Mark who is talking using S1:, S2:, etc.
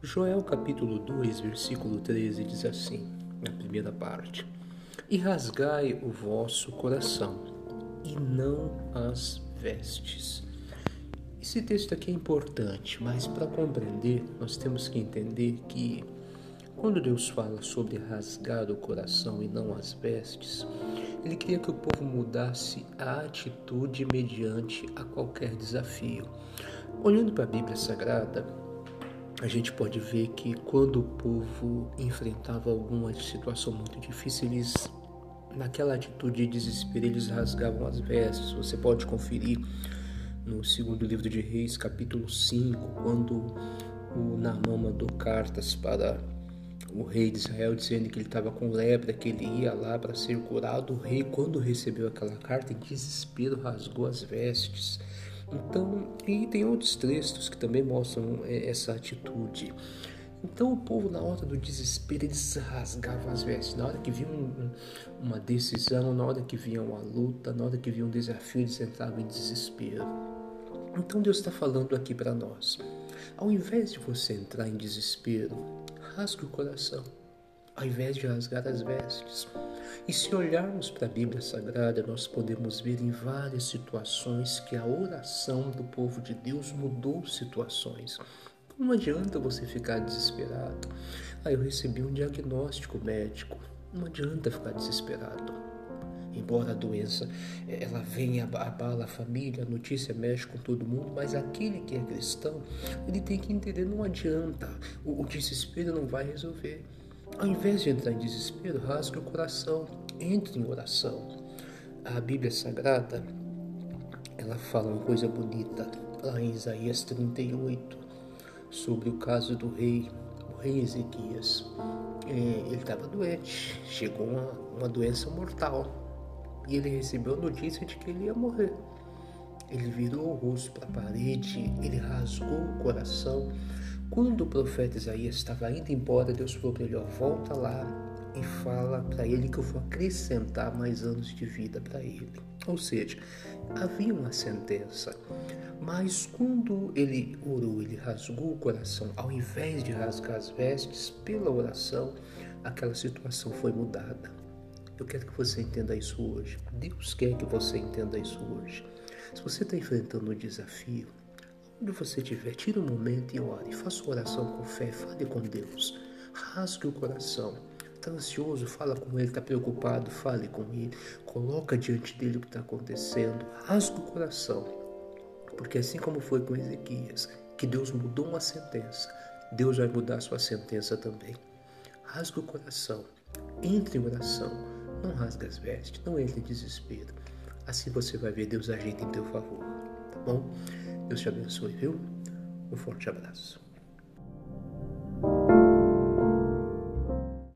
S1: Joel capítulo 2, versículo 13 diz assim, na primeira parte: E rasgai o vosso coração, e não as vestes. Esse texto aqui é importante, mas para compreender, nós temos que entender que quando Deus fala sobre rasgar o coração e não as vestes, Ele queria que o povo mudasse a atitude mediante a qualquer desafio. Olhando para a Bíblia Sagrada, a gente pode ver que quando o povo enfrentava alguma situação muito difícil, naquela atitude de desespero, eles rasgavam as vestes. Você pode conferir no segundo livro de Reis, capítulo 5, quando o Naamã mandou cartas para o rei de Israel dizendo que ele estava com lepra, que ele ia lá para ser curado. O rei, quando recebeu aquela carta, em desespero rasgou as vestes. Então, e tem outros textos que também mostram essa atitude. Então o povo, na hora do desespero, eles rasgavam as vestes. Na hora que vinha uma decisão, na hora que vinha uma luta, na hora que vinha um desafio, eles entravam em desespero. Então Deus está falando aqui para nós: ao invés de você entrar em desespero, rasgue o coração, ao invés de rasgar as vestes. E se olharmos para a Bíblia Sagrada, nós podemos ver em várias situações que a oração do povo de Deus mudou situações. Não adianta você ficar desesperado. Eu recebi um diagnóstico médico. Não adianta ficar desesperado. Embora a doença ela venha, abala a família, a notícia mexe com todo mundo, mas aquele que é cristão, ele tem que entender, não adianta. O desespero não vai resolver. Ao invés de entrar em desespero, rasgue o coração, entre em oração. A Bíblia Sagrada, ela fala uma coisa bonita, lá em Isaías 38, sobre o caso do rei, o rei Ezequias. Ele estava doente, chegou uma doença mortal, e ele recebeu a notícia de que ele ia morrer. Ele virou o rosto para a parede, ele rasgou o coração. Quando o profeta Isaías estava indo embora, Deus falou para ele: volta lá e fala para ele que eu vou acrescentar mais anos de vida para ele. Ou seja, havia uma sentença. Mas quando ele orou, ele rasgou o coração, ao invés de rasgar as vestes, pela oração, aquela situação foi mudada. Eu quero que você entenda isso hoje. Deus quer que você entenda isso hoje. Se você está enfrentando um desafio, onde você estiver, tira um momento e ore. Faça uma oração com fé, fale com Deus. Rasgue o coração. Está ansioso, fala com Ele. Está preocupado, fale com Ele. Coloca diante dele o que está acontecendo. Rasgue o coração. Porque assim como foi com Ezequias, que Deus mudou uma sentença, Deus vai mudar a sua sentença também. Rasgue o coração. Entre em oração. Não rasgue as vestes. Não entre em desespero. Assim você vai ver Deus agindo em teu favor. Tá bom? Deus te abençoe, viu? Um forte abraço.